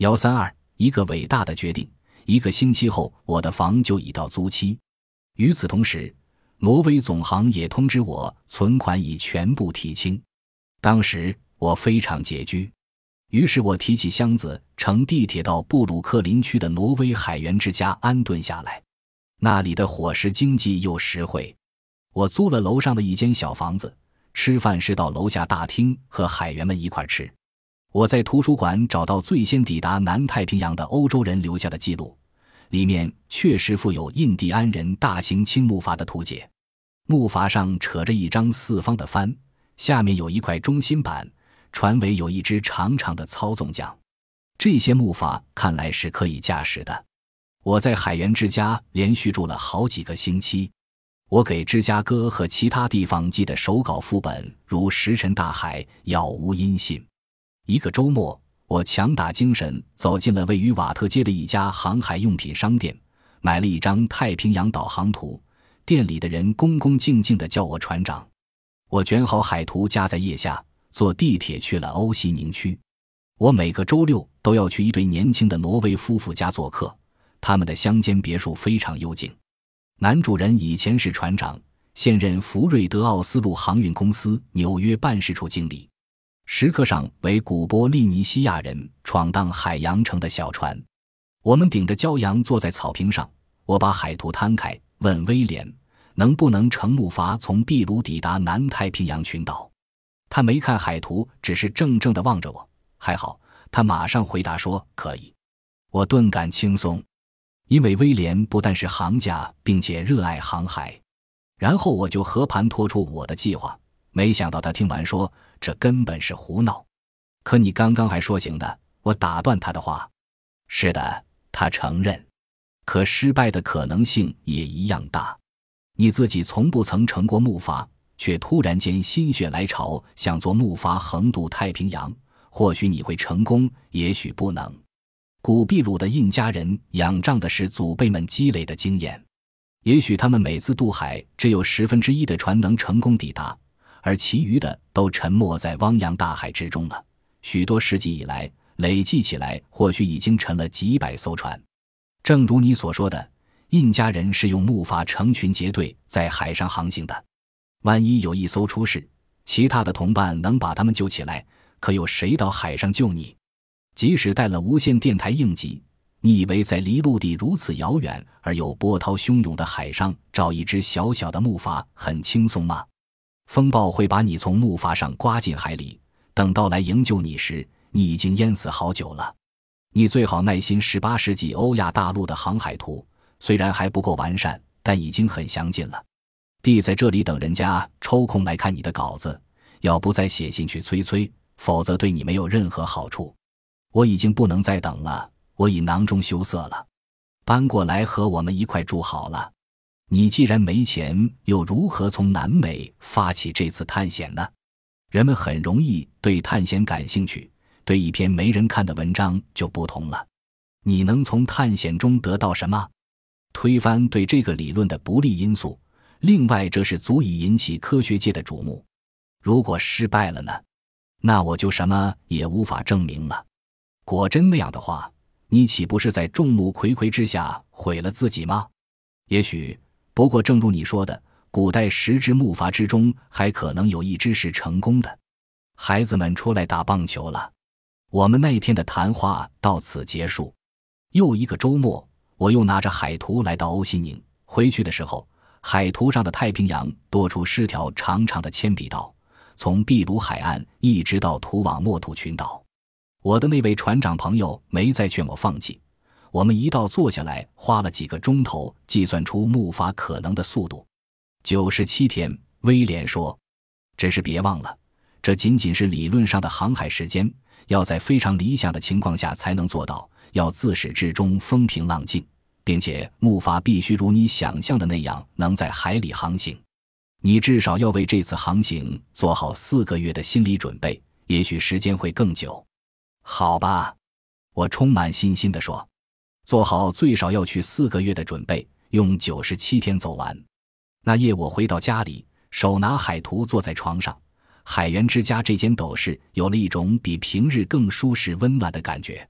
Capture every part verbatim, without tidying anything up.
一三二一个伟大的决定。一个星期后，我的房就已到租期。与此同时，挪威总行也通知我，存款已全部提清。当时我非常拮据，于是我提起箱子，乘地铁到布鲁克林区的挪威海员之家安顿下来。那里的伙食经济又实惠，我租了楼上的一间小房子，吃饭是到楼下大厅和海员们一块吃。我在图书馆找到最先抵达南太平洋的欧洲人留下的记录，里面确实附有印第安人大型轻木筏的图解。木筏上扯着一张四方的帆，下面有一块中心板，船尾有一只长长的操纵桨。这些木筏看来是可以驾驶的。我在海员之家连续住了好几个星期。我给芝加哥和其他地方寄的手稿副本如石沉大海，杳无音信。一个周末，我强打精神走进了位于瓦特街的一家航海用品商店，买了一张太平洋导航图。店里的人恭恭敬敬地叫我船长。我卷好海图夹在腋下，坐地铁去了欧西宁区。我每个周六都要去一对年轻的挪威夫妇家做客，他们的乡间别墅非常幽静。男主人以前是船长，现任福瑞德奥斯陆航运公司纽约办事处经理。时刻上为古波利尼西亚人闯荡海洋城的小船。我们顶着骄阳坐在草坪上，我把海图摊开，问威廉能不能乘木筏从秘鲁抵达南太平洋群岛。他没看海图，只是怔怔地望着我。还好，他马上回答说可以。我顿感轻松，因为威廉不但是行家，并且热爱航海。然后我就和盘托出我的计划，没想到他听完说这根本是胡闹。可你刚刚还说行的，我打断他的话。是的，他承认，可失败的可能性也一样大。你自己从不曾乘过木筏，却突然间心血来潮想坐木筏横渡太平洋，或许你会成功，也许不能。古秘鲁的印加人仰仗的是祖辈们积累的经验，也许他们每次渡海只有十分之一的船能成功抵达，而其余的都沉没在汪洋大海之中了。许多世纪以来，累计起来或许已经沉了几百艘船。正如你所说的，印加人是用木筏成群结队在海上航行的。万一有一艘出事，其他的同伴能把他们救起来，可有谁到海上救你？即使带了无线电台应急，你以为在离陆地如此遥远而又波涛汹涌的海上找一只小小的木筏很轻松吗？风暴会把你从木筏上刮进海里，等到来营救你时，你已经淹死好久了。你最好耐心十八世纪欧亚大陆的航海图，虽然还不够完善，但已经很详尽了。弟在这里等人家抽空来看你的稿子，要不再写信去催催，否则对你没有任何好处。我已经不能再等了，我已囊中羞涩了。搬过来和我们一块住好了。你既然没钱，又如何从南美发起这次探险呢？人们很容易对探险感兴趣，对一篇没人看的文章就不同了。你能从探险中得到什么？推翻对这个理论的不利因素，另外这是足以引起科学界的瞩目。如果失败了呢？那我就什么也无法证明了。果真那样的话，你岂不是在众目睽睽之下毁了自己吗？也许，不过正如你说的，古代十只木筏之中还可能有一只是成功的。孩子们出来打棒球了。我们那天的谈话到此结束。又一个周末，我又拿着海图来到欧西宁。回去的时候，海图上的太平洋多出失条长长的铅笔道，从秘鲁海岸一直到图瓦莫图群岛。我的那位船长朋友没再劝我放弃，我们一道坐下来，花了几个钟头计算出木筏可能的速度。九十七天，威廉说。只是别忘了，这仅仅是理论上的航海时间，要在非常理想的情况下才能做到，要自始至终风平浪静，并且木筏必须如你想象的那样能在海里航行。你至少要为这次航行做好四个月的心理准备，也许时间会更久。好吧，我充满信心地说，做好最少要去四个月的准备，用九十七天走完。那夜我回到家里，手拿海图坐在床上，海员之家这间斗室有了一种比平日更舒适温暖的感觉。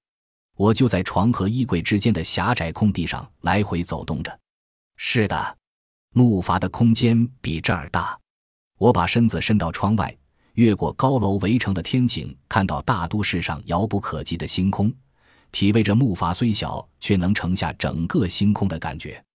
我就在床和衣柜之间的狭窄空地上来回走动着。是的，木筏的空间比这儿大。我把身子伸到窗外，越过高楼围成的天井，看到大都市上遥不可及的星空，体味着木筏虽小却能盛下整个星空的感觉。